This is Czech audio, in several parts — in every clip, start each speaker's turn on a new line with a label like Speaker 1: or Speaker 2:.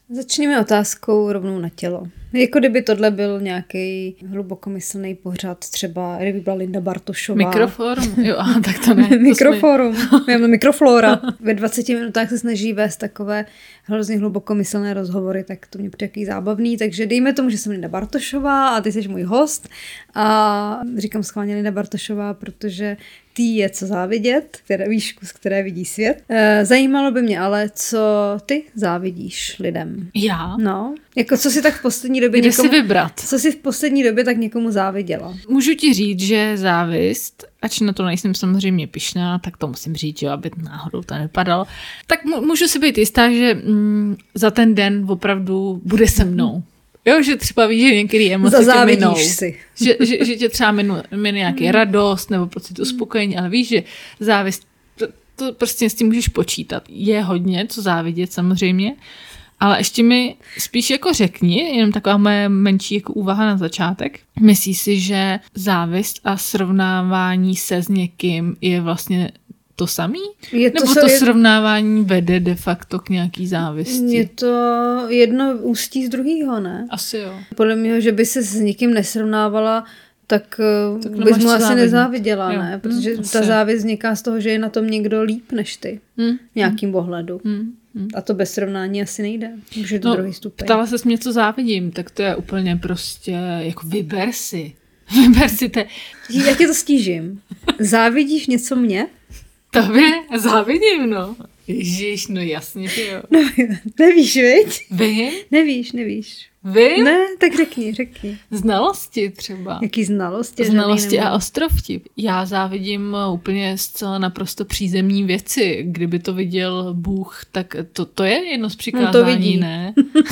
Speaker 1: Začněme otázkou rovnou na tělo. Jako kdyby tohle byl nějaký hlubokomyslný pořad, třeba kdyby byla Linda Bartošová.
Speaker 2: Mikroforum? Jo, tak to ne.
Speaker 1: Mikroforum. Mikroflora. Ve 20 minutách se snaží vést takové hrozně hlubokomyslné rozhovory, tak to mě přijde takový zábavný. Takže dejme tomu, že jsem Linda Bartošová a ty jsi můj host. A říkám schválně Linda Bartošová, protože ty je co závidět, výšku, z které vidí svět. Zajímalo by mě ale, co ty závidíš lidem.
Speaker 2: Já?
Speaker 1: No. Jako co si tak v poslední době
Speaker 2: Kde si vybrat?
Speaker 1: Co si v poslední době tak někomu záviděla?
Speaker 2: Můžu ti říct, že závist, ač na to nejsem samozřejmě pyšná, tak to musím říct, že aby náhodou to nepadalo, tak můžu si být jistá, že za ten den opravdu bude se mnou. Jo, že třeba víš, že některé emoce tě minou.
Speaker 1: Si.
Speaker 2: Že tě třeba mine nějaký radost nebo pocit uspokojení, ale víš, že závist, to prostě s tím můžeš počítat. Je hodně, co závidět samozřejmě, ale ještě mi spíš jako řekni, jenom taková moje menší jako úvaha na začátek. Myslíš si, že závist a srovnávání se s někým je vlastně to samý? Nebo to srovnávání vede de facto k nějaký závisti?
Speaker 1: Je to jedno ústí z druhého, ne?
Speaker 2: Asi jo.
Speaker 1: Podle mě, že by se s nikým nesrovnávala, tak bys mu asi nezáviděla, jo. Ne? Protože ta závist vzniká z toho, že je na tom někdo líp než ty. V nějakým ohledu. A to bez srovnání asi nejde. Už je to druhý stupeň.
Speaker 2: Ptala ses mě, co závidím, tak to je úplně prostě jako vyber si. Vyber si te...
Speaker 1: Já tě to stížím. Závidíš něco mě?
Speaker 2: Tobě závidím, no. Ježiš, no jasně, že jo.
Speaker 1: No, nevíš, viď?
Speaker 2: Vy?
Speaker 1: Nevíš.
Speaker 2: Vy?
Speaker 1: Ne, tak řekni.
Speaker 2: Znalosti třeba.
Speaker 1: Jaký znalosti?
Speaker 2: Znalosti a ostrovti. Já závidím úplně zcela naprosto přízemní věci. Kdyby to viděl Bůh, tak to je jedno z přikázání,
Speaker 1: to vidí.
Speaker 2: Ne?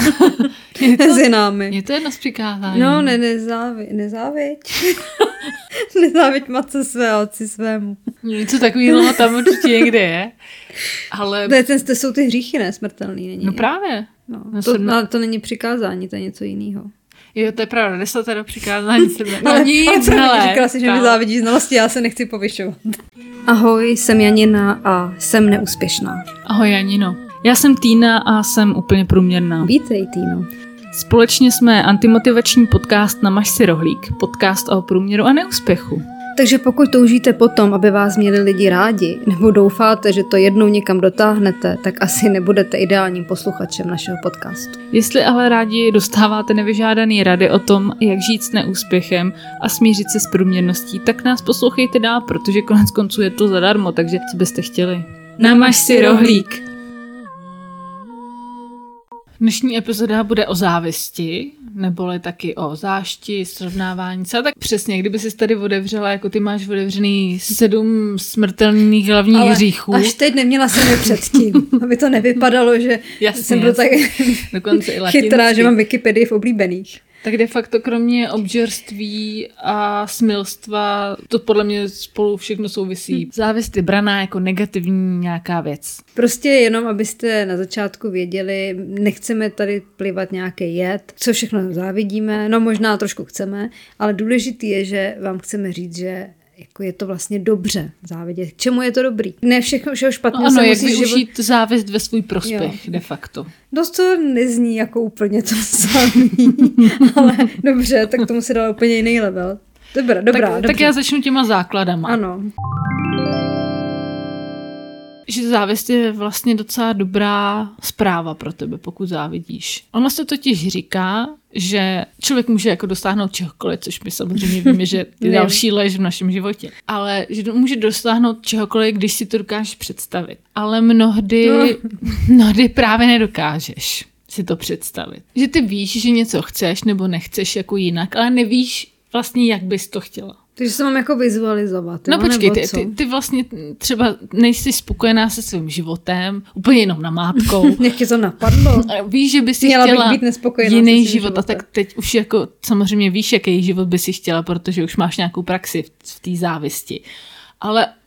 Speaker 1: Mezi námi.
Speaker 2: Je to jedno z přikázání.
Speaker 1: No, nezáviď. Nezáviď matce své, otci svému.
Speaker 2: Něco takového tam určitě někde je. Ale...
Speaker 1: To jsou ty hříchy, ne? Smrtelný není.
Speaker 2: No právě.
Speaker 1: No, to není přikázání, to je něco jiného.
Speaker 2: Jo, to je pravda, 10 přikázání sebe. No
Speaker 1: ale
Speaker 2: nic,
Speaker 1: říkala si, že mi závidíš znalosti, já se nechci povyšovat. Ahoj, jsem Janina a jsem neúspěšná.
Speaker 2: Ahoj Janino. Já jsem Týna a jsem úplně průměrná.
Speaker 1: Vítej, Týno.
Speaker 2: Společně jsme antimotivační podcast Namaž si rohlík, podcast o průměru a neúspěchu.
Speaker 1: Takže pokud toužíte potom, aby vás měli lidi rádi, nebo doufáte, že to jednou někam dotáhnete, tak asi nebudete ideálním posluchačem našeho podcastu.
Speaker 2: Jestli ale rádi dostáváte nevyžádané rady o tom, jak žít s neúspěchem a smířit se s průměrností, tak nás poslouchejte dál, protože konec konců je to zadarmo, takže co byste chtěli? Namaž si rohlík! Dnešní epizoda bude o závisti, neboli taky o zášti, srovnávání se. Tak přesně, kdyby jsi tady otevřela, jako ty máš otevřený 7 smrtelných hlavních hříchů.
Speaker 1: Až teď neměla jsem je předtím, aby to nevypadalo, že jsem byl tak chytrá, že mám Wikipedii v oblíbených.
Speaker 2: Tak de facto kromě obžerství a smilstva, to podle mě spolu všechno souvisí. Závist je braná jako negativní nějaká věc.
Speaker 1: Prostě jenom, abyste na začátku věděli, nechceme tady plivat nějaký jed, co všechno závidíme, no možná trošku chceme, ale důležitý je, že vám chceme říct, že jako je to vlastně dobře závidět. K čemu je to dobrý? Ne všechno špatně.
Speaker 2: Ano, jak využít závist ve svůj prospěch, de facto.
Speaker 1: Dost to nezní jako úplně to samý, ale dobře, tak tomu se dal úplně jiný level. Dobrá.
Speaker 2: Tak já začnu těma základama.
Speaker 1: Ano.
Speaker 2: Že závist je vlastně docela dobrá zpráva pro tebe, pokud závidíš. Ono se totiž říká, že člověk může jako dosáhnout čehokoliv, což my samozřejmě víme, že je další lež v našem životě. Ale že může dosáhnout čehokoliv, když si to dokážeš představit. Ale mnohdy právě nedokážeš si to představit. Že ty víš, že něco chceš nebo nechceš jako jinak, ale nevíš vlastně, jak bys to chtěla.
Speaker 1: Takže se mám jako vizualizovat.
Speaker 2: No počkej, ty vlastně třeba nejsi spokojená se svým životem, úplně jenom namátkou.
Speaker 1: Jak tě to napadlo?
Speaker 2: Víš, že by si chtěla být jiný život a tak teď už jako samozřejmě víš, jaký život by si chtěla, protože už máš nějakou praxi v té závisti. Ale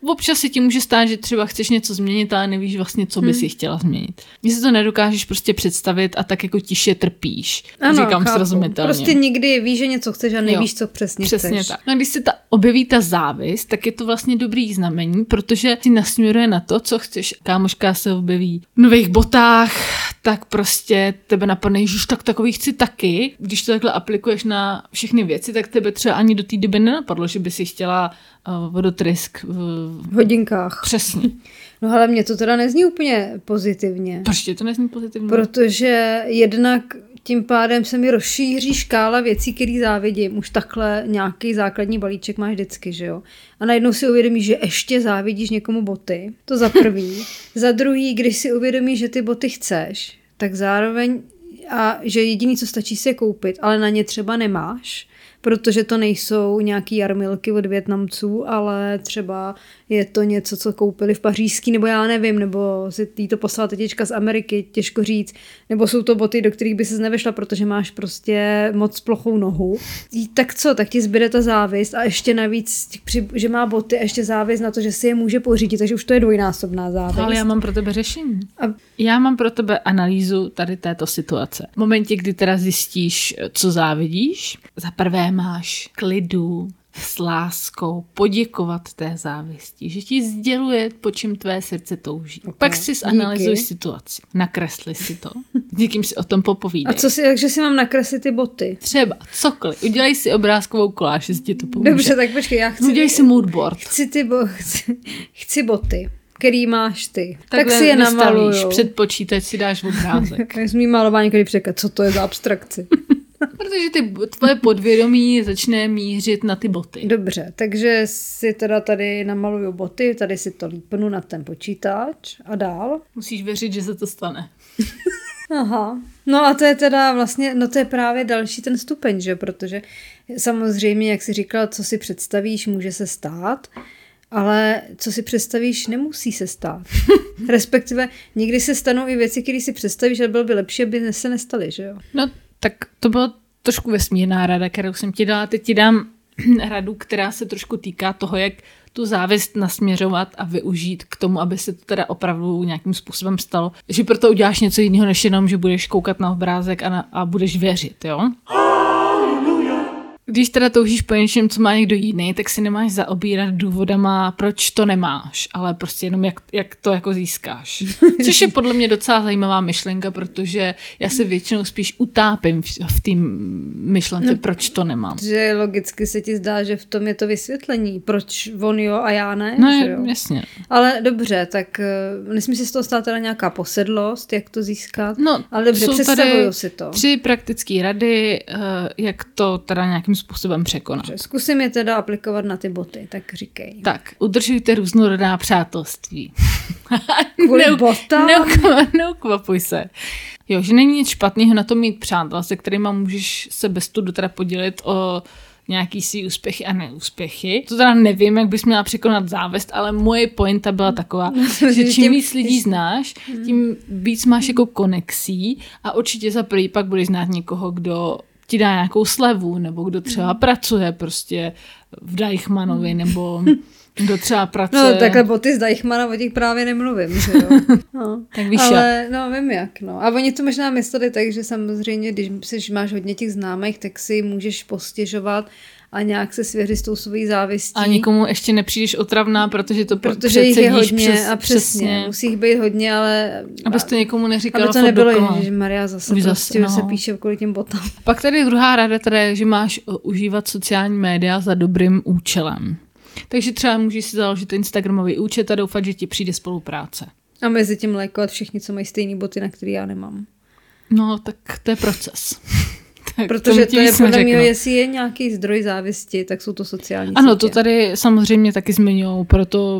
Speaker 2: občas se ti může stát, že třeba chceš něco změnit, ale nevíš vlastně, co by si chtěla změnit. Když si to nedokážeš prostě představit a tak jako tiše trpíš.
Speaker 1: Ano,
Speaker 2: říkám
Speaker 1: chápu.
Speaker 2: srozumitelně.
Speaker 1: Prostě nikdy víš, že něco chceš a nevíš, co přesně chceš.
Speaker 2: Tak. No a když se objeví ta závist, tak je to vlastně dobrý znamení, protože ti nasměruje na to, co chceš. Kámoška se objeví v nových botách, tak prostě tebe napadne, ježiš, tak takový chci taky. Když to takhle aplikuješ na všechny věci, tak tebe třeba ani do té doby nenapadlo, že by si chtěla vodotrysk
Speaker 1: v hodinkách.
Speaker 2: Přesně.
Speaker 1: No ale mě to teda nezní úplně pozitivně.
Speaker 2: Proč to nezní pozitivně?
Speaker 1: Protože jednak tím pádem se mi rozšíří škála věcí, který závidím. Už takhle nějaký základní balíček máš vždycky, že jo? A najednou si uvědomíš, že ještě závidíš někomu boty. To za prvý. Za druhý, když si uvědomíš, že ty boty chceš, tak zároveň a že jediný, co stačí, si je koupit, ale na ně třeba nemáš, protože to nejsou nějaký jarmilky od Vietnamců, ale třeba je to něco, co koupili v pařížský, nebo já nevím, nebo si jí to poslala tetička z Ameriky, těžko říct, nebo jsou to boty, do kterých by ses nevešla, protože máš prostě moc plochou nohu. Tak co, tak ti zbyde ta závist a ještě navíc, že má boty a ještě závist na to, že si je může pořídit, takže už to je dvojnásobná závist.
Speaker 2: Ale já mám pro tebe řešení. Já mám pro tebe analýzu tady této situace. V momentě, kdy teda zjistíš, co závidíš, za prvé máš klidu, s láskou poděkovat té závisti, že ti sděluje, po čem tvé srdce touží. Okay. Pak si zanalyzuj situaci, nakresli si to, s někým si o tom popovídej.
Speaker 1: A co si, takže si mám nakreslit ty boty?
Speaker 2: Třeba, cokoliv. Udělej si obrázkovou koláž, jestli ti to pomůže.
Speaker 1: Dobře, tak počkej, já chci...
Speaker 2: Udělej si moodboard.
Speaker 1: Chci boty, který máš ty.
Speaker 2: Tak
Speaker 1: si je namalujou.
Speaker 2: Před počítač si dáš obrázek.
Speaker 1: Tak jsi mý malování, který překat, co to je za abstrakci.
Speaker 2: Protože tvoje podvědomí začne mířit na ty boty.
Speaker 1: Dobře, takže si teda tady namaluju boty, tady si to lípnu na ten počítač a dál.
Speaker 2: Musíš věřit, že se to stane.
Speaker 1: Aha, no a to je teda vlastně, no to je právě další ten stupeň, že? Protože samozřejmě, jak jsi říkala, co si představíš, může se stát, ale co si představíš, nemusí se stát. Respektive někdy se stanou i věci, které si představíš, ale bylo by lepší, aby se nestaly, že jo?
Speaker 2: No, tak to byla trošku vesmírná rada, kterou jsem ti dala. Teď ti dám radu, která se trošku týká toho, jak tu závist nasměřovat a využít k tomu, aby se to teda opravdu nějakým způsobem stalo. Že proto uděláš něco jiného, než jenom, že budeš koukat na obrázek a budeš věřit, jo? Když teda toužíš po něčem, co má někdo jiný, tak si nemáš zaobírat důvodama, proč to nemáš, ale prostě jenom jak to jako získáš. Což je podle mě docela zajímavá myšlenka, protože já se většinou spíš utápím v té myšlence, proč to nemám.
Speaker 1: Že logicky se ti zdá, že v tom je to vysvětlení, proč on jo a já ne.
Speaker 2: No
Speaker 1: že jo?
Speaker 2: Jasně.
Speaker 1: Ale dobře, tak nesmí si z toho stát teda nějaká posedlost, jak to získat,
Speaker 2: no,
Speaker 1: ale dobře, představuju si to.
Speaker 2: 3 praktické rady, jak to teda nějakým způsobem překonat.
Speaker 1: Zkusím je teda aplikovat na ty boty, tak říkej.
Speaker 2: Tak, udržujte různorodá přátelství.
Speaker 1: Kvůli botám?
Speaker 2: Neukvapuj se. Jo, že není nic špatného na to mít přátel, se kterýma můžeš se bez studu teda podělit o nějaký svý úspěchy a neúspěchy. To teda nevím, jak bys měla překonat závist, ale moje pointa byla taková, že čím víc lidí znáš, tím víc máš jako konexí a určitě za prvý pak budeš znát někoho, kdo ti dá nějakou slevu, nebo kdo třeba pracuje prostě v Deichmannovi, nebo kdo třeba pracuje...
Speaker 1: No takhle boty z Deichmana, o těch právě nemluvím, že jo. No.
Speaker 2: Tak víš
Speaker 1: ale no vím jak, no. A oni to možná mysleli tak, že samozřejmě, když máš hodně těch známých, tak si můžeš postěžovat a nějak se svěřit s tou svojí závistí.
Speaker 2: A nikomu ještě nepřijdeš otravná, protože
Speaker 1: jich je hodně a přesně. Musí jich být hodně, ale...
Speaker 2: Abys to někomu neříkala.
Speaker 1: Aby to nebylo, Ježišmarja, zase prostě se píše kvůli těm botám.
Speaker 2: Pak tady druhá rada teda je, že máš užívat sociální média za dobrým účelem. Takže třeba můžeš si založit Instagramový účet a doufat, že ti přijde spolupráce.
Speaker 1: A mezi tím lajkovat všichni, co mají stejný boty, na který já nemám.
Speaker 2: No, tak to je proces.
Speaker 1: Protože to je podle mě, jestli je nějaký zdroj závisti, tak jsou to sociální sítě.
Speaker 2: Ano, to tady samozřejmě taky zmiňují, proto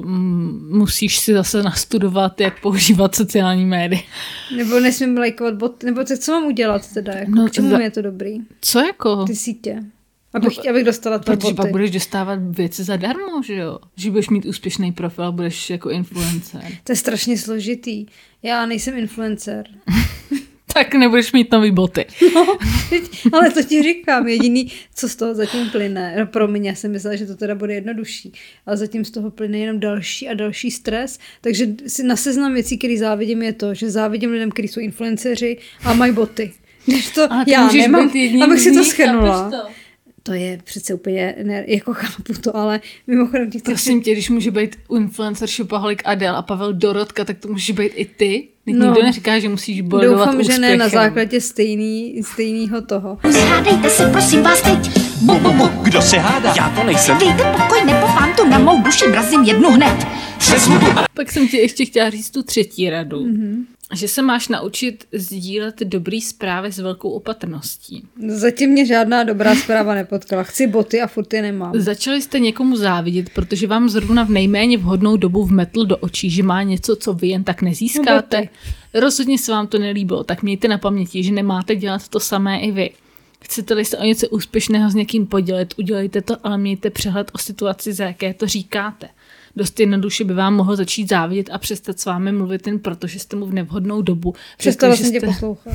Speaker 2: musíš si zase nastudovat, jak používat sociální média.
Speaker 1: Nebo nesmím lajkovat boty, nebo co mám udělat teda, jako, k čemu je to dobrý?
Speaker 2: Co jako?
Speaker 1: Ty sítě. Abych dostala ty boty.
Speaker 2: Protože pak budeš dostávat věci zadarmo, že jo? Že budeš mít úspěšný profil a budeš jako influencer.
Speaker 1: To je strašně složitý. Já nejsem influencer.
Speaker 2: tak nebudeš mít nový boty.
Speaker 1: No, ale to ti říkám, jediný, co z toho zatím plyne, no promiň, já jsem myslela, že to teda bude jednodušší, ale zatím z toho plyne jenom další a další stres, takže si na seznam věcí, který závidím, je to, že závidím lidem, kteří jsou influenceři a mají boty. Když to já nemám, abych si to shrnula. To je přece úplně, jako chápu to, ale mimochodem...
Speaker 2: Prosím tě, když může být influencer Šopaholik Adel a Pavel Dorotka, tak to může být i ty? Nikdo neříká, že musíš bojovat
Speaker 1: úspěchem. Doufám, že ne na základě stejného toho.
Speaker 3: Hádejte se, prosím vás teď.
Speaker 4: Kdo se hádá?
Speaker 3: Já to nejsem. Dejte pokoj, nebo vám tu na mou duši mrazím jednu hned.
Speaker 2: Pak jsem ti ještě chtěla říct tu třetí radu. Že se máš naučit sdílet dobrý zprávy s velkou opatrností.
Speaker 1: Zatím mě žádná dobrá zpráva nepotkala. Chci boty a furt je nemám.
Speaker 2: Začali jste někomu závidět, protože vám zrovna v nejméně vhodnou dobu vmetl do očí, že má něco, co vy jen tak nezískáte. No, rozhodně se vám to nelíbilo, tak mějte na paměti, že nemáte dělat to samé i vy. Chcete-li se o něco úspěšného s někým podělit, udělejte to, ale mějte přehled o situaci, za jaké to říkáte. Dost jednoduše by vám mohl začít závidět a přestat s vámi mluvit jen proto, že jste mu v nevhodnou dobu.
Speaker 1: Přestala jsem tě poslouchat.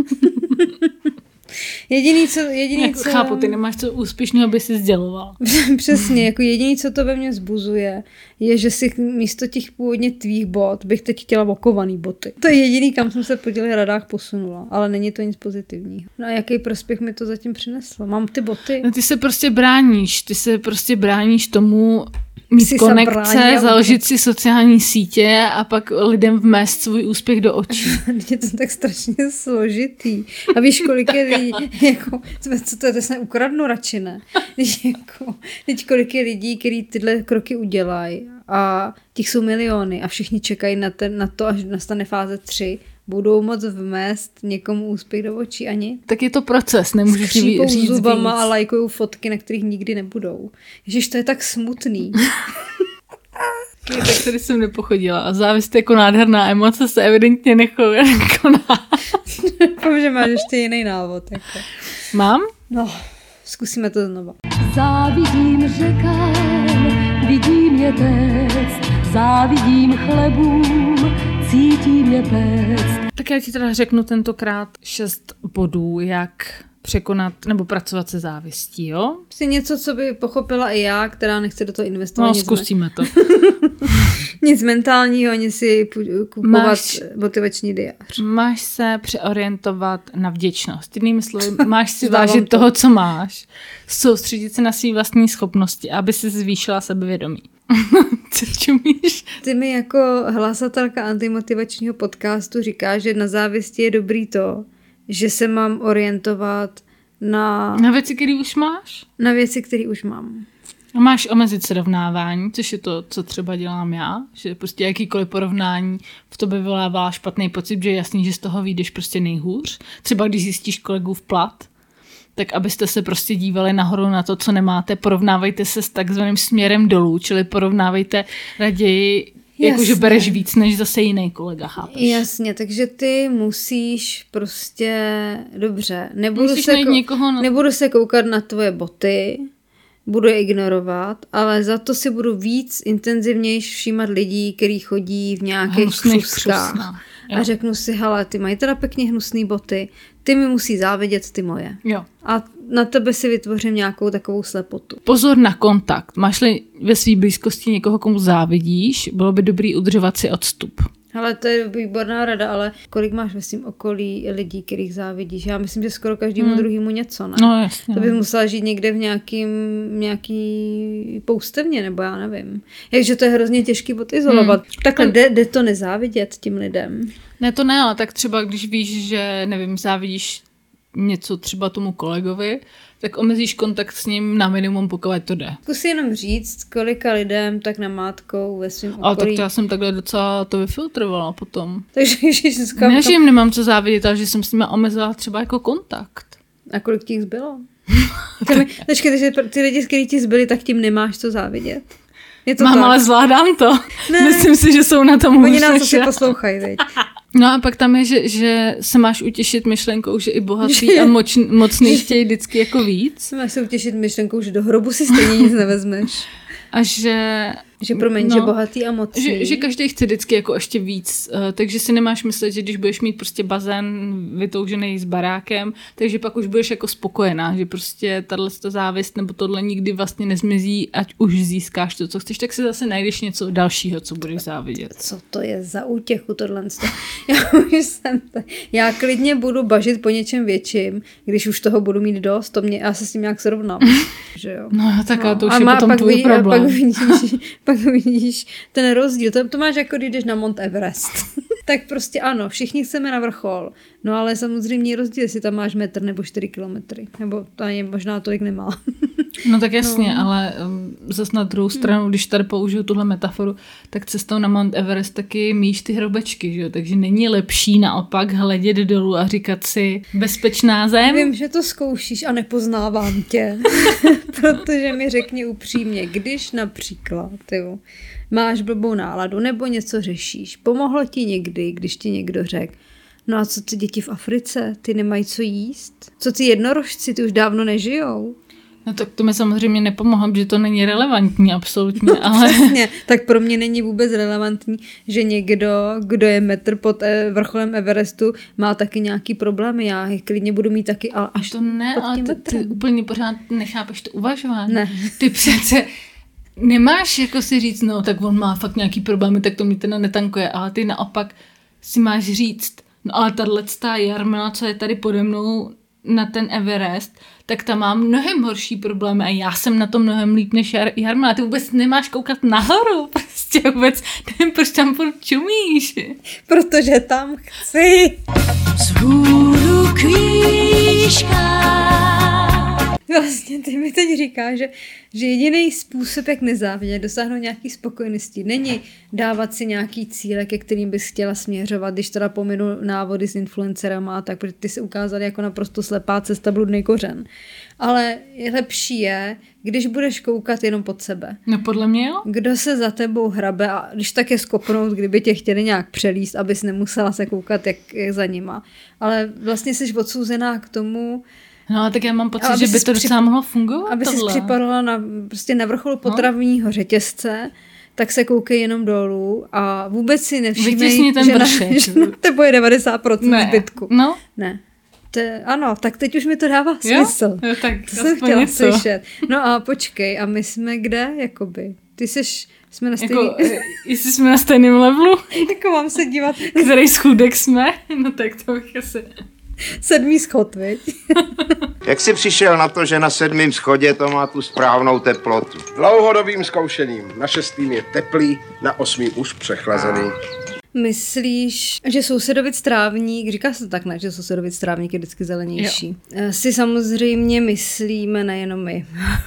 Speaker 1: Jediný, co...
Speaker 2: Chápu, ty nemáš co úspěšného, aby si sděloval.
Speaker 1: Přesně, jako jediný, co to ve mně vzbuzuje, je, že si místo těch původně tvých bot bych teď chtěla okovaný boty. To je jediný, kam jsem se po těch radách posunula, ale není to nic pozitivního. No a jaký prospěch mi to zatím přineslo? Mám ty boty?
Speaker 2: No ty se prostě bráníš tomu mít konekce, založit si sociální sítě a pak lidem vmést svůj úspěch do očí.
Speaker 1: Je to tak strašně složitý. A víš, kolik je lidí, jako, co to je, to se ukradnu radši, ne? Teď kolik je lidí, kteří tyhle kroky udělají a těch jsou miliony a všichni čekají na to, až nastane fáze 3, budou moc vmést někomu úspěch do očí ani.
Speaker 2: Tak je to proces, nemůžeš říct víc.
Speaker 1: Zubama a lajkujou fotky, na kterých nikdy nebudou. Ježiš, to je tak smutný.
Speaker 2: Tak tady jsem nepochodila a závist jako nádherná emoce se evidentně nekoná.
Speaker 1: Doufám, že máš ještě jiný návod. Jako.
Speaker 2: Mám?
Speaker 1: No, zkusíme to znova.
Speaker 5: Závidím řekám, vidím je test, závidím chlebům, cítím je pest.
Speaker 2: Tak já ti teda řeknu tentokrát 6 bodů, jak překonat nebo pracovat se závistí, jo?
Speaker 1: Jsi něco, co by pochopila i já, která nechce do toho investovat.
Speaker 2: No, zkusíme to.
Speaker 1: Nic mentálního, ani si kupovat motivační diář.
Speaker 2: Máš se přeorientovat na vděčnost. Jinými slovy, máš si vážit toho, co máš. Soustředit se na své vlastní schopnosti, aby si zvýšila sebevědomí. Co čumíš?
Speaker 1: Ty mi jako hlasatelka antimotivačního podcastu říkáš, že na závisti je dobrý to, že se mám orientovat na
Speaker 2: věci, které už máš?
Speaker 1: Na věci, které už mám.
Speaker 2: A máš omezit srovnávání, což je to, co třeba dělám já, že prostě jakýkoliv porovnání v tobě vyvolává špatný pocit, že je jasný, že z toho vyjdeš prostě nejhůř. Třeba když zjistíš kolegův plat, tak abyste se prostě dívali nahoru na to, co nemáte, porovnávejte se s takzvaným směrem dolů, čili porovnávejte raději, jakože bereš víc, než zase jiný kolega, chápeš?
Speaker 1: Jasně, takže ty musíš prostě, dobře, nebudu se koukat na tvoje boty, budu je ignorovat, ale za to si budu víc intenzivněji všímat lidí, kteří chodí v nějakých křuskách. A řeknu si, hele, ty mají teda pěkně hnusný boty, ty mi musí závidět ty moje.
Speaker 2: Jo.
Speaker 1: A na tebe si vytvořím nějakou takovou slepotu.
Speaker 2: Pozor na kontakt. Máš-li ve své blízkosti někoho, komu závidíš, bylo by dobrý udržovat si odstup.
Speaker 1: Hele, to je výborná rada, ale kolik máš ve svým okolí lidí, kterých závidíš? Já myslím, že skoro každému druhému něco, ne?
Speaker 2: No jasně.
Speaker 1: To by musela žít někde v nějaký poustevně, nebo já nevím. Takže to je hrozně těžký odizolovat. Takhle jde to nezávidět tím lidem?
Speaker 2: Ne, to ne, ale tak třeba když víš, že, nevím, závidíš něco třeba tomu kolegovi, tak omezíš kontakt s ním na minimum, pokud to jde.
Speaker 1: Zkus jenom říct, kolika lidem tak namátkou ve svém okolí.
Speaker 2: Ale tak to já jsem takhle docela to vyfiltrovala potom.
Speaker 1: Takže
Speaker 2: ne, že jim nemám co závidět, ale že jsem s nimi omezila třeba jako kontakt.
Speaker 1: A kolik těch zbylo? Počkej, ty lidi, kteří ti zbyli, tak tím nemáš co závidět.
Speaker 2: Mám, tak. Ale zvládám to. Ne. Myslím si, že jsou na tom
Speaker 1: Oni nás asi poslouchají, veď.
Speaker 2: No a pak tam je, že se máš utěšit myšlenkou, že i bohatý a mocný chtějí vždycky jako víc.
Speaker 1: Máš se utěšit myšlenkou, že do hrobu si stejně nic nevezmeš.
Speaker 2: A že
Speaker 1: Že promiň, že bohatý a mocný.
Speaker 2: Že každý chce vždycky jako ještě víc, takže si nemáš myslet, že když budeš mít prostě bazén vytoužený s barákem, takže pak už budeš jako spokojená, že prostě tato závist nebo tohle nikdy vlastně nezmizí, ať už získáš to, co chceš, tak si zase najdeš něco dalšího, co budeš závidět.
Speaker 1: Co to je za útěchu tohle? Já klidně budu bažit po něčem větším, když už toho budu mít dost, já se s tím nějak srovnám. Že jo?
Speaker 2: No tak to už je potom tvůj problém.
Speaker 1: Pak vidíš ten rozdíl. To máš jako když jdeš na Mount Everest. Tak prostě ano, všichni chceme na vrchol. No ale samozřejmě rozdíl, jestli tam máš 1 nebo 4 kilometry. Nebo to ani možná tolik nemá.
Speaker 2: No tak jasně, ale zas na druhou stranu, když tady použiju tuhle metaforu, tak cestou na Mount Everest taky míš ty hrobečky, že jo? Takže není lepší naopak hledět dolů a říkat si bezpečná zem?
Speaker 1: Vím, že to zkoušíš a nepoznávám tě. Protože mi řekni upřímně, když například máš blbou náladu nebo něco řešíš, pomohlo ti někdy, když ti někdo řekl, no a co ty děti v Africe, ty nemají co jíst? Co ty jednorožci, ty už dávno nežijou?
Speaker 2: No tak to mi samozřejmě nepomohlo, protože to není relevantní absolutně, ale...
Speaker 1: Přesně, tak pro mě není vůbec relevantní, že někdo, kdo je metr pod vrcholem Everestu, má taky nějaký problémy. Já je klidně budu mít taky, ale až
Speaker 2: to ne, ale ty úplně pořád nechápeš to uvažování.
Speaker 1: Ne.
Speaker 2: Ty přece nemáš jako si říct, no tak on má fakt nějaký problémy, tak to mě teda netankuje, ale ty naopak si máš říct, no ale tato Jarmila, co je tady pode mnou na ten Everest, tak tam mám mnohem horší problémy a já jsem na to mnohem líp než Jarmila. Ty vůbec nemáš koukat nahoru, prostě vůbec nevím, proč tam čumíš.
Speaker 1: Protože tam chci.
Speaker 5: Vzhůru kvíška.
Speaker 1: Vlastně ty mi teď říkáš, že jediný způsob, jak nezávidět, dosáhnout nějaký spokojenosti, není dávat si nějaký cíle, ke kterým bys chtěla směřovat, když teda pominu návody s influencerama a tak, protože ty se ukázaly jako naprosto slepá cesta, bludný kořen. Ale lepší je, když budeš koukat jenom pod sebe.
Speaker 2: No podle mě jo.
Speaker 1: Kdo se za tebou hrabe a když tak je skopnout, kdyby tě chtěli nějak přelíst, abys nemusela se koukat jak za nima. Ale vlastně jsi odsouzená k tomu.
Speaker 2: No, tak já mám pocit, že by to docela mohlo fungovat.
Speaker 1: Aby jsi připadala na vrcholu potravního řetězce, tak se koukej jenom dolů a vůbec si nevšímej, že na tebo je 90% zbytku.
Speaker 2: No.
Speaker 1: Ne. Ano, tak teď už mi to dává smysl.
Speaker 2: Jo, tak
Speaker 1: to jsem chtěla slyšet. No a počkej, a my jsme kde, jakoby? Jsme na stejný...
Speaker 2: Jako, jestli jsme na stejném levelu?
Speaker 1: Jako mám se dívat.
Speaker 2: Který schůdek jsme? No tak to bych asi...
Speaker 1: 7. schod, viď?
Speaker 6: Jak jsi přišel na to, že na 7. schodě to má tu správnou teplotu?
Speaker 7: Dlouhodobým zkoušením. Na 6. je teplý, na 8. už přechlazený.
Speaker 1: Myslíš, že sousedovic trávník, říká se to tak, ne, že sousedovic trávník je vždycky zelenější. Si samozřejmě myslíme nejenom my.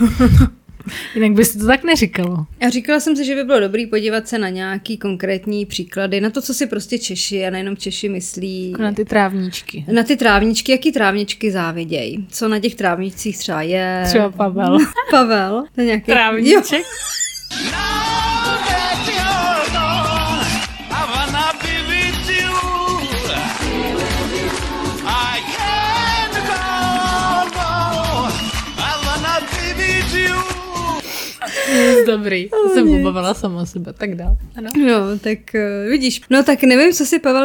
Speaker 2: Jinak bys to tak neříkalo.
Speaker 1: A říkala jsem si, že by bylo dobrý podívat se na nějaký konkrétní příklady, na to, co si prostě Češi a nejenom Češi myslí.
Speaker 2: Na ty trávničky.
Speaker 1: Na ty trávničky, jaký trávničky závidějí. Co na těch trávničcích třeba je.
Speaker 2: Třeba Pavel.
Speaker 1: Pavel, to je nějaký
Speaker 2: trávniček. Dobrý, jsem pobavila sama sebe, tak dál. Ano.
Speaker 1: No, tak vidíš. No tak nevím, co si Pavel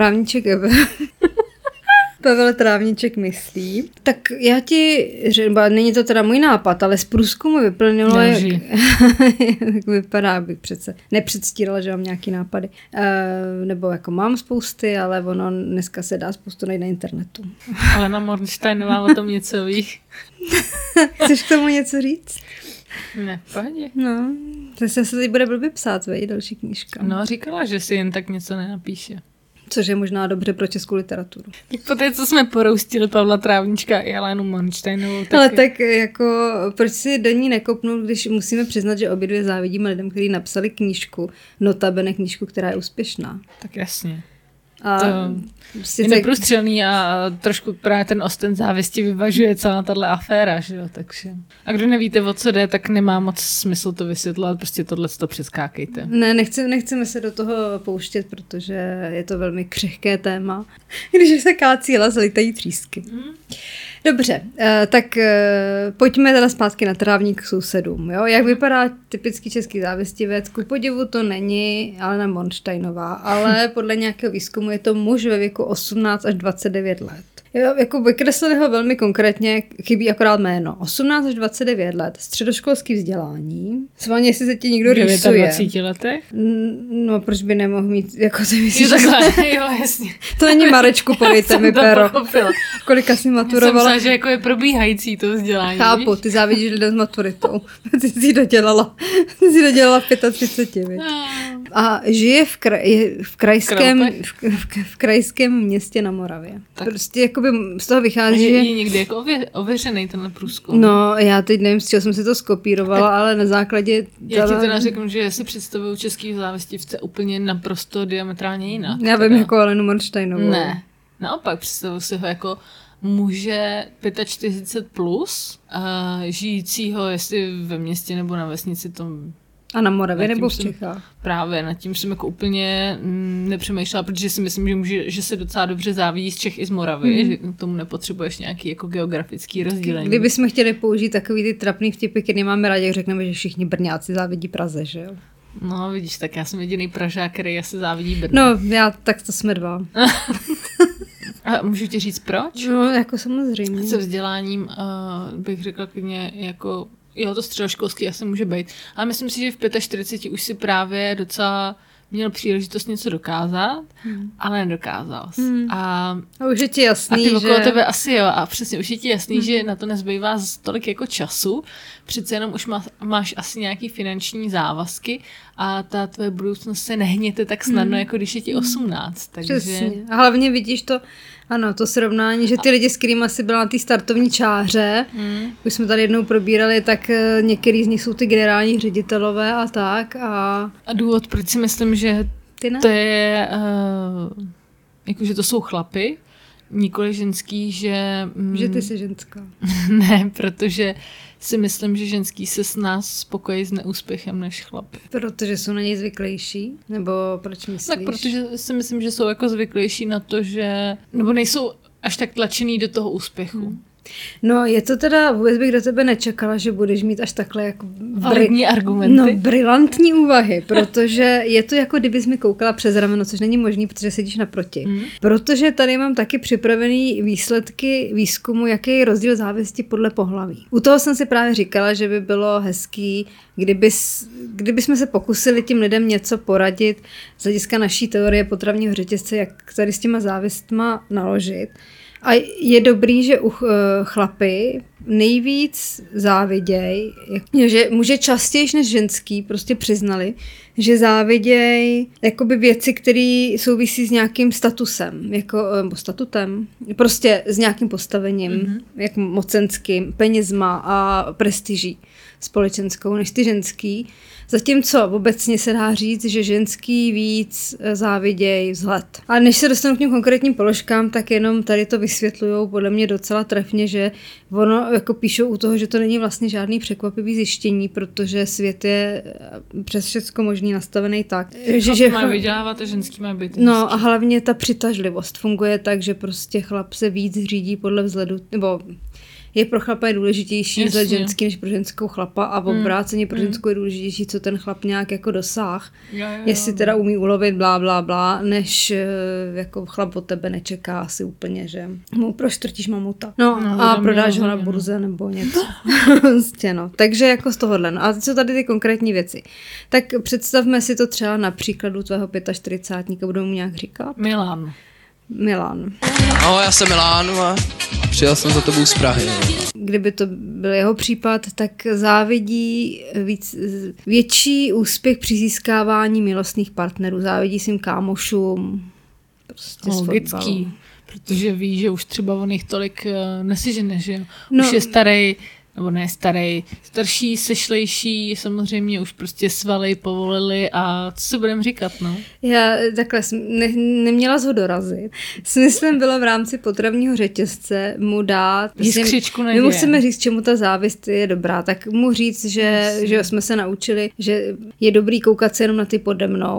Speaker 1: Pavel Trávníček myslí. Tak já ti řeknu, není to teda můj nápad, ale z průzkumu vyplnilo, jak vypadá, bych přece nepředstírala, že mám nějaký nápady. Nebo jako mám spousty, ale ono dneska se dá spoustu najít na internetu.
Speaker 2: Ale na Mornsteinová o tom něco ví.
Speaker 1: Chceš k tomu něco říct?
Speaker 2: Ne, pohodě.
Speaker 1: No, to se teď bude blbě psát, vej, další knížka.
Speaker 2: No, říkala, že si jen tak něco nenapíše.
Speaker 1: Což je možná dobře pro českou literaturu.
Speaker 2: Tak poté, co jsme poroustili Pavla Trávnička a Jelenu Mornsteinovou, tak...
Speaker 1: Ale tak jako, proč si do ní nekopnout, když musíme přiznat, že obě dvě závidíme lidem, kteří napsali knížku, notabene knížku, která je úspěšná.
Speaker 2: Tak jasně.
Speaker 1: A
Speaker 2: to je neprůstřelný a trošku právě ten osten závisti vyvažuje celá tahle aféra, že jo, takže. A kdo nevíte, o co jde, tak nemá moc smysl to vysvětlovat, prostě tohle to přeskákejte.
Speaker 1: Ne, nechceme se do toho pouštět, protože je to velmi křehké téma. Když se kácí les, litají třísky. Dobře, tak pojďme teda zpátky na trávník k sousedům. Jo? Jak vypadá typický český závistivec? Ku podivu to není Alena Bornsteinová, ale podle nějakého výzkumu je to muž ve věku 18 až 29 let. Jo, jako vykreslili ho velmi konkrétně, chybí akorát jméno. 18 až 29 let, středoškolský vzdělání. Svaně, jestli se ti někdo rýsuje.
Speaker 2: 20 letech?
Speaker 1: No, proč by nemohl mít, jako ty myslíš?
Speaker 2: Jo, jasně.
Speaker 1: To není Marečku, podejte mi pero. Kolika jsi maturovala?
Speaker 2: Jsem že jako je probíhající to vzdělání.
Speaker 1: Chápu, ty závidíš lidem s maturitou. Ty jsi dodělala v 35. A žije v krajském městě na Moravě. Tak. Prostě jakoby z toho vychází, že...
Speaker 2: Je někdy jako ověřený tenhle průzkum.
Speaker 1: No, já teď nevím, z čeho jsem si to skopírovala, ale na základě...
Speaker 2: Já ti teda řeknu, že si představuju český závistivce úplně naprosto diametrálně jinak.
Speaker 1: Já vím jako Alenu Bornsteinovou.
Speaker 2: Ne, naopak představuju si ho jako muže 45 plus, žijícího jestli ve městě nebo na vesnici, to...
Speaker 1: A na Moravě nebo v Čechách?
Speaker 2: Právě, nad tím jsem jako úplně nepřemýšlela, protože si myslím, že se docela dobře závidí z Čech i z Moravy, že k tomu nepotřebuješ nějaký jako geografický rozdělení.
Speaker 1: Kdybychom chtěli použít takový ty trapný vtipy, který máme rádi, řekneme, že všichni Brňáci závidí Praze, že jo?
Speaker 2: No vidíš, tak já jsem jediný Pražák, který asi závidí Brno.
Speaker 1: No, tak to jsme dva.
Speaker 2: A můžu ti říct proč?
Speaker 1: No, jako samozřejmě.
Speaker 2: Se vzděláním bych řekla klidně jako... Jo, to středoškolský asi může být. Ale myslím si, že v 45 už si právě docela měl příležitost něco dokázat, ale nedokázal. A
Speaker 1: už je ti jasný,
Speaker 2: a ty okolo
Speaker 1: že...
Speaker 2: tebe asi jo. A přesně už je ti jasný, že na to nezbývá tolik jako času. Přece jenom už máš asi nějaký finanční závazky a ta tvoje budoucnost se nehněte tak snadno, jako když je ti 18. Takže...
Speaker 1: Přesně. A hlavně vidíš to, ano, to srovnání, že ty lidi, s kterými asi byla na té startovní čáře, už jsme tady jednou probírali, tak některý z nich jsou ty generální ředitelové a tak. A
Speaker 2: důvod, proč si myslím, že to je, jakože to jsou chlapy, nikoli ženský, že...
Speaker 1: Že ty jsi ženská.
Speaker 2: Ne, protože si myslím, že ženský se s nás spokojí s neúspěchem než chlapy.
Speaker 1: Protože jsou na něj zvyklejší? Nebo proč myslíš?
Speaker 2: Tak protože si myslím, že jsou jako zvyklejší na to, že... Nebo nejsou až tak tlačený do toho úspěchu.
Speaker 1: No, je to teda, vůbec bych do tebe nečekala, že budeš mít až takhle jako...
Speaker 2: Validní argumenty.
Speaker 1: No, brilantní úvahy, protože je to jako kdybys mi koukala přes rameno, což není možný, protože sedíš naproti. Protože tady mám taky připravený výsledky výzkumu, jaký je rozdíl závisti podle pohlaví. U toho jsem si právě říkala, že by bylo hezký, kdybychom se pokusili tím lidem něco poradit z hlediska naší teorie potravního řetězce, jak tady s těma závistma naložit. A je dobrý, že u chlapy nejvíc záviděj, že muže častěji než ženský prostě přiznali, že záviděj jakoby věci, které souvisí s nějakým statusem, jako statutem, prostě s nějakým postavením, jak mocenským, penězma a prestiží společenskou než ty ženský. Zatímco obecně se dá říct, že ženský víc záviděj vzhled. A než se dostanu k těm konkrétním položkám, tak jenom tady to vysvětlujou podle mě docela trefně, že ono jako píšou u toho, že to není vlastně žádný překvapivý zjištění, protože svět je přes všecko možný nastavený tak.
Speaker 2: Že má vydělávat a ženský má být.
Speaker 1: No a hlavně ta přitažlivost funguje tak, že prostě chlap se víc řídí podle vzhledu, nebo je pro chlapa je důležitější vzhled ženský než pro ženskou chlapa a v obráceně pro ženskou je důležitější, co ten chlap nějak jako dosáh. Jestli teda umí ulovit blá, než jako chlap od tebe nečeká asi úplně, že mu proštrtíš mamuta. No a prodáš ho na burze nebo něco. No. Takže jako z tohohle. No. A co tady ty konkrétní věci? Tak představme si to třeba na příkladu tvého 45, budou mu nějak říkat? Milan.
Speaker 8: No, já jsem Milánu a přijel jsem za tebou z Prahy.
Speaker 1: Kdyby to byl jeho případ, tak závidí větší úspěch při získávání milostných partnerů. Závidí svým kámošům. Prostě
Speaker 2: logický, protože ví, že už třeba on jich tolik nesežene, že už je starý, nebo ne starý, starší, sešlejší, samozřejmě už prostě svaly povolili a co si budeme říkat, no?
Speaker 1: Já takhle neměla ho dorazit. Smyslem bylo v rámci potravního řetězce mu dát...
Speaker 2: Jiskřičku naděje.
Speaker 1: My musíme říct, čemu ta závist je dobrá, tak mu říct, že jsme se naučili, že je dobrý koukat se jenom na ty pode mnou,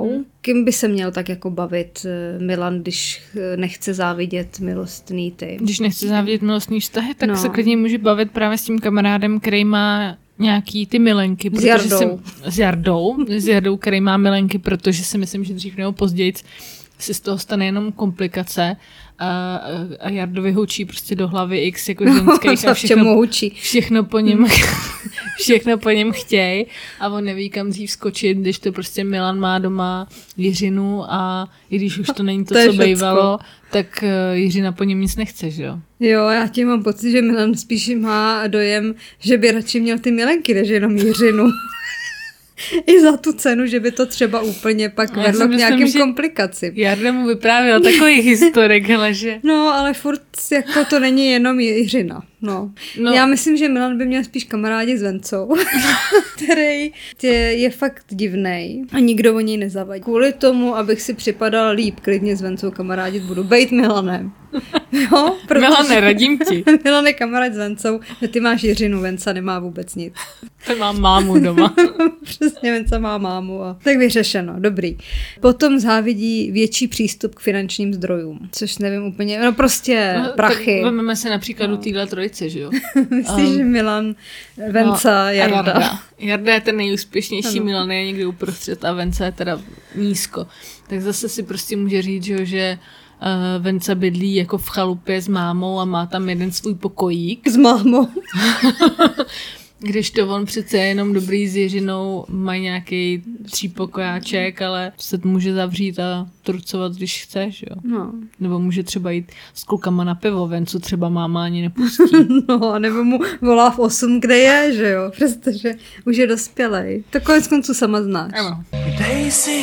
Speaker 1: kým by se měl tak jako bavit Milan, když nechce závidět milostný ty?
Speaker 2: Když nechce závidět milostný vztahy, tak
Speaker 1: No.
Speaker 2: se klidně může bavit právě s tím kamarádem, který má nějaký ty milenky.
Speaker 1: S Jardou.
Speaker 2: S Jardou, který má milenky, protože si myslím, že dřív nebo později si z toho stane jenom komplikace a Jardovi hučí prostě do hlavy x jako ženských a všechno po něm chtějí a on neví, kam dřív skočit, když to prostě Milan má doma Jiřinu a i když už to není to co bývalo, tak Jiřina po něm nic nechce, že jo?
Speaker 1: Jo, já tím mám pocit, že Milan spíš má dojem, že by radši měl ty milenky, než jenom Jiřinu. I za tu cenu, že by to třeba úplně pak vedlo k nějakým komplikacím.
Speaker 2: Jarda mu vyprávěl takový historik, hele, že...
Speaker 1: No, ale furt jako to není jenom Jiřina. No. Já myslím, že Milan by měl spíš kamarádi s Vencou, který je fakt divnej a nikdo o něj nezavadí. Kvůli tomu, abych si připadal líp, klidně s Vencou kamarádit budu. Bejt Milanem. Jo,
Speaker 2: Milane, radím ti.
Speaker 1: Milan je kamarád s Vencou, že ty máš Jiřinu, Venca nemá vůbec nic.
Speaker 2: To mám mámu doma.
Speaker 1: Přesně, Venca má mámu. A... Tak vyřešeno, dobrý. Potom závidí větší přístup k finančním zdrojům, což nevím úplně, no prostě prachy.
Speaker 2: Tak vezmeme se například do téhle trojice, že jo?
Speaker 1: Myslíš, že Milan, Venca, Jarda.
Speaker 2: Jarda je ten nejúspěšnější, Milan je někde uprostřed a Venca je teda nízko. Tak zase si prostě může říct, že Venca bydlí jako v chalupě s mámou a má tam jeden svůj pokojík.
Speaker 1: S mámou.
Speaker 2: Když to on přece je jenom dobrý s Jiřinou, mají nějaký 3pokojáček, ale se může zavřít a trucovat, když chceš, jo.
Speaker 1: No.
Speaker 2: Nebo může třeba jít s klukama na pivo, Vencu třeba máma ani nepustí.
Speaker 1: No, nebo mu volá v 8, kde je, že jo, přestože už je dospělej. To konec konců sama znáš.
Speaker 2: Ano.
Speaker 5: Dej si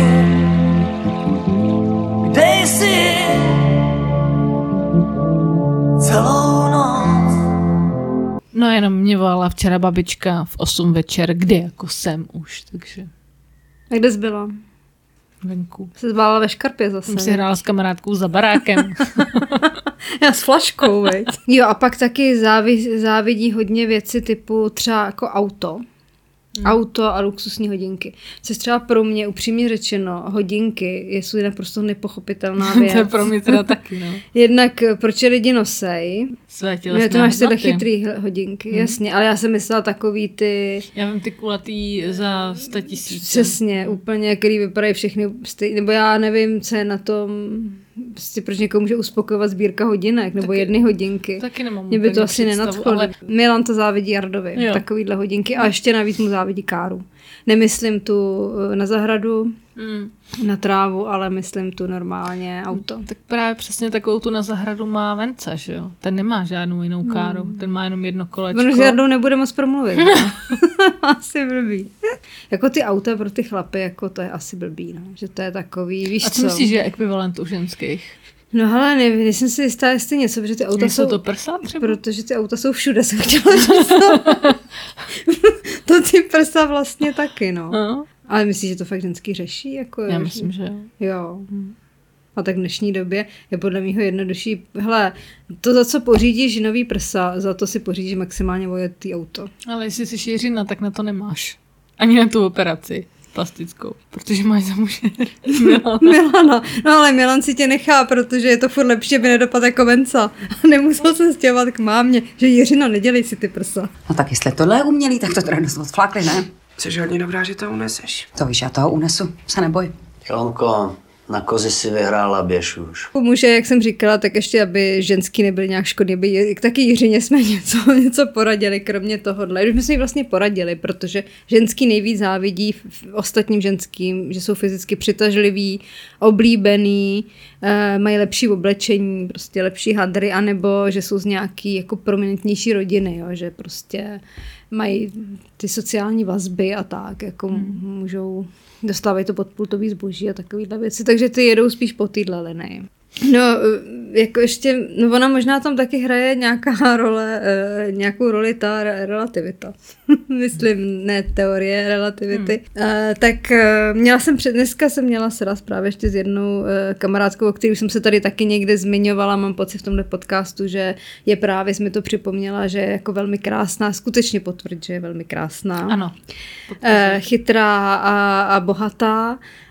Speaker 5: celou noc.
Speaker 2: No jenom mě volala včera babička v 8 večer, kdy jako jsem už, takže...
Speaker 1: A kde jsi byla?
Speaker 2: Venku.
Speaker 1: Jsi zbála ve škarpě zase.
Speaker 2: Jsem si hrála s kamarádkou za barákem.
Speaker 1: Já s flaškou, veď. Jo, a pak taky závidí hodně věci typu třeba jako auto. Auto a luxusní hodinky. Což třeba pro mě, upřímně řečeno, hodinky jsou naprosto nepochopitelná věc.
Speaker 2: To je pro mě teda taky, no.
Speaker 1: Jednak proč je lidi nosej?
Speaker 2: Své tělesné
Speaker 1: To máš tyhle
Speaker 2: hodnoty.
Speaker 1: chytrý hodinky, jasně, ale já jsem myslela takový ty...
Speaker 2: Já vím ty kulatý za 100 000.
Speaker 1: Přesně, úplně, který vypadají všechny stejně, nebo já nevím, co je na tom, prostě proč někoho může uspokojovat sbírka hodinek, nebo
Speaker 2: taky,
Speaker 1: jedny hodinky.
Speaker 2: Taky nemám
Speaker 1: Mě by to
Speaker 2: úplně
Speaker 1: asi
Speaker 2: představu,
Speaker 1: nenadchlo.
Speaker 2: ale...
Speaker 1: Milan to závidí Jardovi,
Speaker 2: Jo.
Speaker 1: takovýhle hodinky, a ještě navíc mu závidí Káru. Nemyslím tu na zahradu, na trávu, ale myslím tu normálně auto.
Speaker 2: Tak právě přesně takovou tu na zahradu má Venca, že jo? Ten nemá žádnou jinou Káru, ten má jenom jedno kolečko.
Speaker 1: On s Jardou nebude moc promluvit. Asi blbý. Jako ty auta pro ty chlapy, jako to je asi blbý, no. Že to je takový, víš
Speaker 2: a co myslíš, že je ekvivalent u ženských?
Speaker 1: No hele, nejsem si jistá, jestli něco, protože ty auta jsou...
Speaker 2: to prsa třeba?
Speaker 1: Protože ty auta jsou všude, jsem chtěla říct. To ty prsa vlastně taky, no. Ale myslíš, že to fakt ženský řeší? Jako,
Speaker 2: já myslím, že jo.
Speaker 1: Jo. A tak v dnešní době je podle mýho jednodušší. Hele, to, za co pořídíš nový prsa, za to si pořídíš maximálně vojetý auto.
Speaker 2: Ale jestli jsi Jiřina, tak na to nemáš. Ani na tu operaci plastickou, protože máš za muže
Speaker 1: Milana. No ale Milan si tě nechá, protože je to furt lepší, aby nedopadl jako Venca. Nemusel se stěhovat k mámě, že Jiřino, nedělej si ty prsa.
Speaker 9: No tak jestli tohle je umělý, tak to teda dost odflákli, ne?
Speaker 7: Jsi hodně dobrá, že to uneseš.
Speaker 9: To víš, já toho unesu, se neboj.
Speaker 10: Ilonko, na kozi si vyhrála běž už.
Speaker 1: U muže, jak jsem říkala, tak ještě, aby ženský nebyly nějak škodný, aby taky Jiřině jsme něco poradili, kromě tohohle. Už jsme si ji vlastně poradili, protože ženský nejvíc závidí ostatním ženským, že jsou fyzicky přitažliví, oblíbený, mají lepší oblečení, prostě lepší hadry, anebo že jsou z nějaký jako prominentnější rodiny, jo, že prostě mají ty sociální vazby a tak, jako můžou, dostávají to podpultový zboží a takovýhle věci, takže ty jedou spíš po téhle linii. No, jako ještě, no ona možná tam taky hraje nějakou roli ta relativita. Myslím, ne teorie relativity. Tak dneska jsem měla sraz právě ještě s jednou kamarádkou, o který jsem se tady taky někde zmiňovala, mám pocit v tomhle podcastu, že je právě, jsi mi to připomněla, že je jako velmi krásná, skutečně potvrdit, že je velmi krásná.
Speaker 2: Ano.
Speaker 1: Chytrá a bohatá.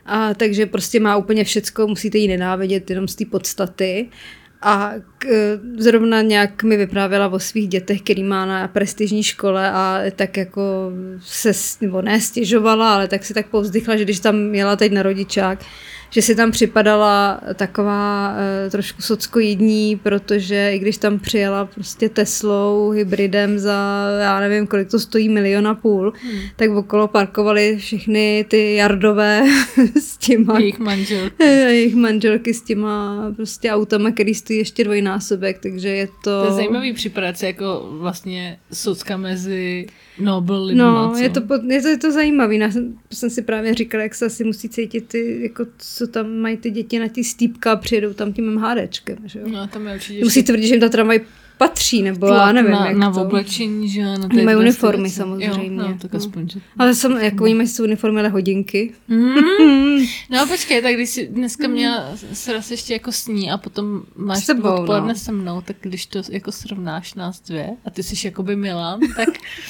Speaker 1: A takže prostě má úplně všecko, musíte ji nenávidět jenom z té podstaty. A zrovna nějak mi vyprávěla o svých dětech, který má na prestižní škole a tak jako se, nebo ne stěžovala, ale tak si tak povzdychla, že když tam jela teď na rodičák, že si tam připadala taková trošku sockoidní, protože i když tam přijela prostě Teslou, hybridem za, já nevím, kolik to stojí, 1,5 milionu, tak okolo parkovali všechny ty Jardové s těma... Jejich manželky s těma prostě autama, který stojí ještě dvojnásobek, takže je to...
Speaker 2: To je zajímavý připadat se jako vlastně socka mezi Nobel lidma.
Speaker 1: No, je to zajímavý. Já jsem si právě říkala, jak se asi musí cítit ty, jako co tam mají ty děti na ty stýpka a přijedou tam tím MHDčkem, že jo?
Speaker 2: No, tam je určitě...
Speaker 1: Musí tvrdit, že jim ta tramvaj patří, nebo já nevím, jak
Speaker 2: na
Speaker 1: to...
Speaker 2: oblečení, že jo?
Speaker 1: Oni mají uniformy samozřejmě.
Speaker 2: Jo, no, tak aspoň.
Speaker 1: Ale jako oni mají uniformy, ale hodinky.
Speaker 2: No počkej, tak když jsi dneska měla sraz ještě jako s ní a potom máš odpoledne se mnou, tak když to jako srovnáš nás dvě a ty jsi jakoby Milan, tak...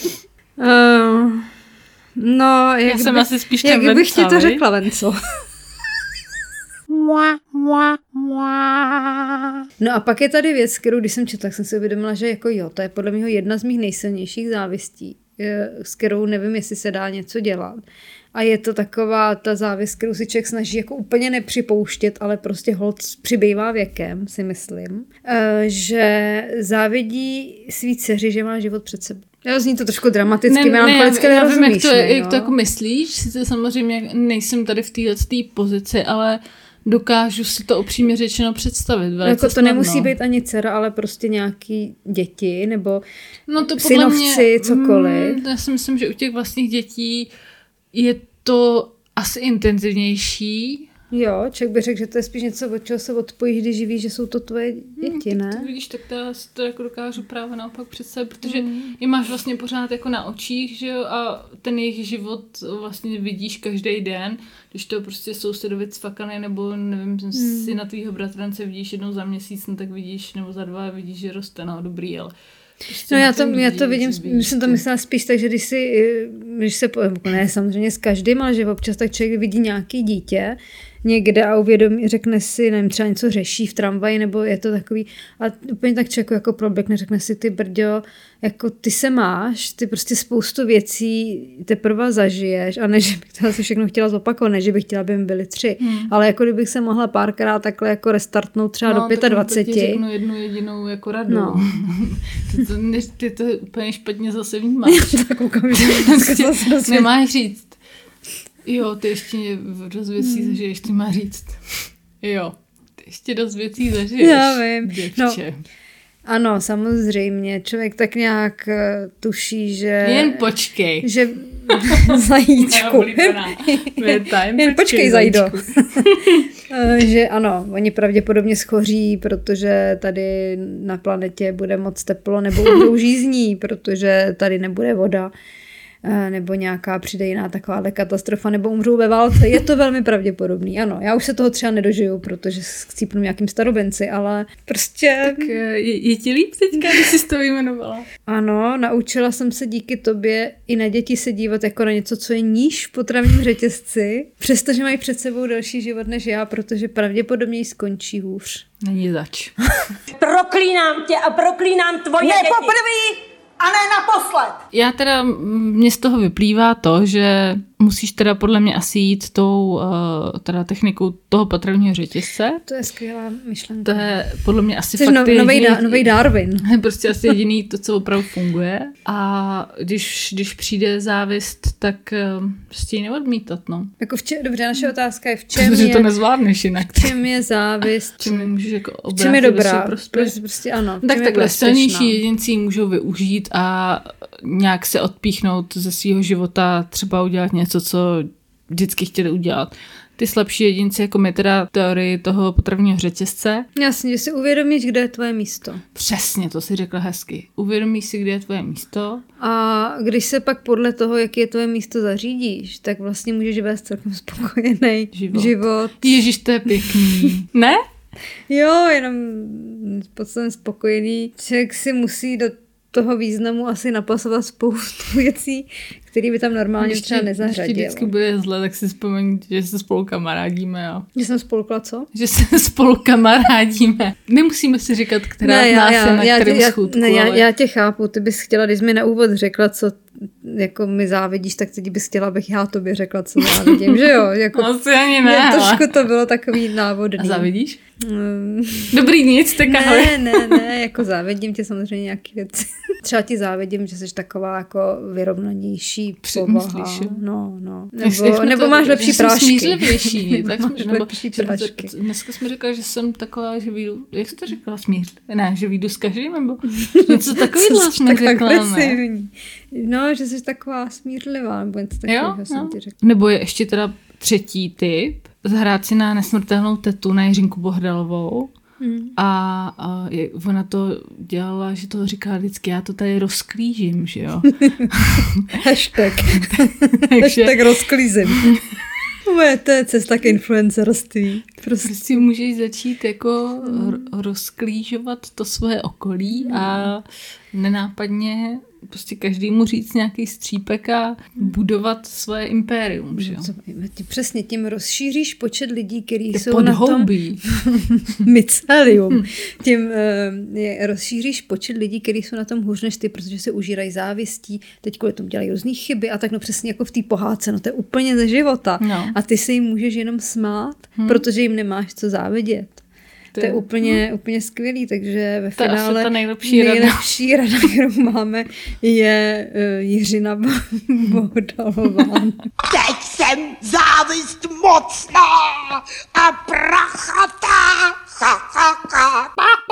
Speaker 1: No,
Speaker 2: já jsem asi spíš ten
Speaker 1: Venca, jak bych ti to řekla, Venco? No a pak je tady věc, kterou když jsem četla, tak jsem si uvědomila, že jako jo, to je podle mě jedna z mých nejsilnějších závistí, s kterou nevím, jestli se dá něco dělat. A je to taková ta závist, kterou si člověk snaží jako úplně nepřipouštět, ale prostě holt přibývá věkem, si myslím, že závidí svý dceři, že má život před sebou. Jo, zní to trošku dramaticky, melancholicky, ale rozumíš.
Speaker 2: Jak to jako myslíš, sice samozřejmě nejsem tady v této polozici, ale dokážu si to upřímně řečeno představit.
Speaker 1: Jako to nemusí být ani dcera, ale prostě nějaký děti, nebo synovci, cokoliv.
Speaker 2: Já si myslím, že u těch vlastních dětí je to asi intenzivnější.
Speaker 1: Jo, člověk by řekl, že to je spíš něco, od čeho se odpojíš, když víš, že jsou to tvoje děti, ne?
Speaker 2: To vidíš, tak to jako dokážu právě naopak představit, protože je máš vlastně pořád jako na očích, že jo, a ten jejich život vlastně vidíš každý den, když to prostě sousedovi cvakaný, nebo nevím, si na tvýho bratrance vidíš jednou za měsíc, no tak vidíš, nebo za 2 vidíš, že roste, no dobrý, ale...
Speaker 1: No já to vidím, jsem to myslela spíš tak, že když se, ne samozřejmě s každým, ale že občas tak člověk vidí nějaký dítě někde a uvědomí, řekne si, nevím, třeba něco řeší v tramvaji, nebo je to takový, a úplně tak člověk jako problekne, řekne si, ty brďo, jako ty se máš, ty prostě spoustu věcí teprve zažiješ, a ne, že bych to asi všechno chtěla zopakovat, ne, že bych chtěla, aby mi byly 3, ale jako kdybych se mohla párkrát takhle jako restartnout třeba do 25.
Speaker 2: No, řeknu jednu jedinou jako radu. No. ty to úplně špatně zase vnímáš.
Speaker 1: Tak okamžitě
Speaker 2: nemáš říct. Jo, ty ještě dost věcí zažiješ, ty má říct. Jo, ty ještě dost věcí zažiješ.
Speaker 1: Já vím.
Speaker 2: Děvče.
Speaker 1: No, ano, samozřejmě. Člověk tak nějak tuší, že...
Speaker 2: Jen počkej.
Speaker 1: Že zajíčku. Jen počkej, zajdo. Že ano, oni pravděpodobně schoří, protože tady na planetě bude moc teplo, nebo umřou žízní, protože tady nebude voda, nebo nějaká přijde jiná takováhle katastrofa, nebo umřou ve válce. Je to velmi pravděpodobný, ano. Já už se toho třeba nedožiju, protože chcípnu nějakým starobenci, ale prostě...
Speaker 2: Tak je ti líp teďka, když jsi to vyjmenovala?
Speaker 1: Ano, naučila jsem se díky tobě i na děti se dívat jako na něco, co je níž v potravním řetězci, přestože mají před sebou delší život než já, protože pravděpodobně skončí hůř.
Speaker 2: Není zač.
Speaker 11: Proklínám tě a proklínám tvoje děti.
Speaker 5: Poprvé a ne naposled.
Speaker 2: Já teda, mně z toho vyplývá to, že musíš teda podle mě asi jít tou teda technikou toho potravního řetězce.
Speaker 1: To je skvělá myšlenka.
Speaker 2: To je podle mě asi
Speaker 1: jsi
Speaker 2: fakt
Speaker 1: nový Darwin.
Speaker 2: Prostě asi jediný to, co opravdu funguje. A když přijde závist, tak prostě ji neodmítat, no.
Speaker 1: Jako dobře, naše otázka je v čem
Speaker 2: protože to nezvládneš jinak.
Speaker 1: V čem je závist?
Speaker 2: Čem můžeš jako obrátit,
Speaker 1: čem je dobrá? Prostě ano.
Speaker 2: Tak takhle silnější jedinci můžou využít a nějak se odpíchnout ze svého života, třeba udělat něco, co vždycky chtěli udělat. Ty slabší jedinci, jako my teda teorii toho potravního řetězce.
Speaker 1: Jasně, že si uvědomíš, kde je tvoje místo.
Speaker 2: Přesně, to si řekla hezky. Uvědomíš si, kde je tvoje místo.
Speaker 1: A když se pak podle toho, jaký je tvoje místo, zařídíš, tak vlastně můžeš vést celkem spokojený život.
Speaker 2: Ježiš, to je pěkný. Ne?
Speaker 1: Jo, jenom podstatně spokojený. Člověk si musí do toho významu asi napasovat spoustu věcí, který by tam normálně třeba nezařadil.
Speaker 2: Když vždycky bude zle, tak si vzpomeň, že se spolu kamarádíme. Jo.
Speaker 1: Že jsem spolkla co?
Speaker 2: Že se spolu kamarádíme. Nemusíme si říkat, která z nás je na kterém schůdku.
Speaker 1: Já tě chápu, ty bys chtěla, když mi na úvod řekla, co jako mi závidíš, tak teď bys chtěla, abych já tobě řekla, co závidím, že jo? Jako,
Speaker 2: asi ani ne.
Speaker 1: Trošku to bylo takový návodný.
Speaker 2: A závidíš? Dobrý, nic, tak ahoj.
Speaker 1: Ne, jako závidím tě samozřejmě nějaký věci. Třeba ti závidím, že jsi taková jako vyrovnanější povaha. No. Nebo máš lepší prášky.
Speaker 2: Smířlivější. Tak
Speaker 1: lepší prášky.
Speaker 2: Dneska jsme říkala, že jsem taková, že vyjdu, jak jsi to řekla, Ne, že vyjdu s každým, nebo něco takového jsme řekla, ne?
Speaker 1: No, že jsi taková smířlivá, nebo něco takového jsem ti řekla.
Speaker 2: Nebo je ještě teda třetí typ, zahrát si na nesmrtelnou tetu, na Jiřinku Bohdalovou. A ona to dělala, že to říká vždycky, já to tady rozklížím, že jo.
Speaker 1: Hashtag rozklízím. To je cesta k influencerství.
Speaker 2: Prostě můžeš začít jako rozklížovat to svoje okolí a nenápadně prostě každému říct nějaký střípek a budovat svoje impérium, že jo?
Speaker 1: Přesně, tím rozšíříš počet lidí, kteří jsou
Speaker 2: podhoubí.
Speaker 1: Na tom... Mycelium. Tím rozšíříš počet lidí, kteří jsou na tom hůř než ty, protože se užírají závistí, teď kvůli tomu dělají různý chyby a tak přesně jako v té pohádce, to je úplně ze života. No. A ty se jim můžeš jenom smát, protože jim nemáš co závidět. To je úplně skvělý, takže ve finále
Speaker 2: ta nejlepší
Speaker 1: rada, kterou máme, je Jiřina Bohdalová.
Speaker 5: Teď jsem závist mocná a prachatá.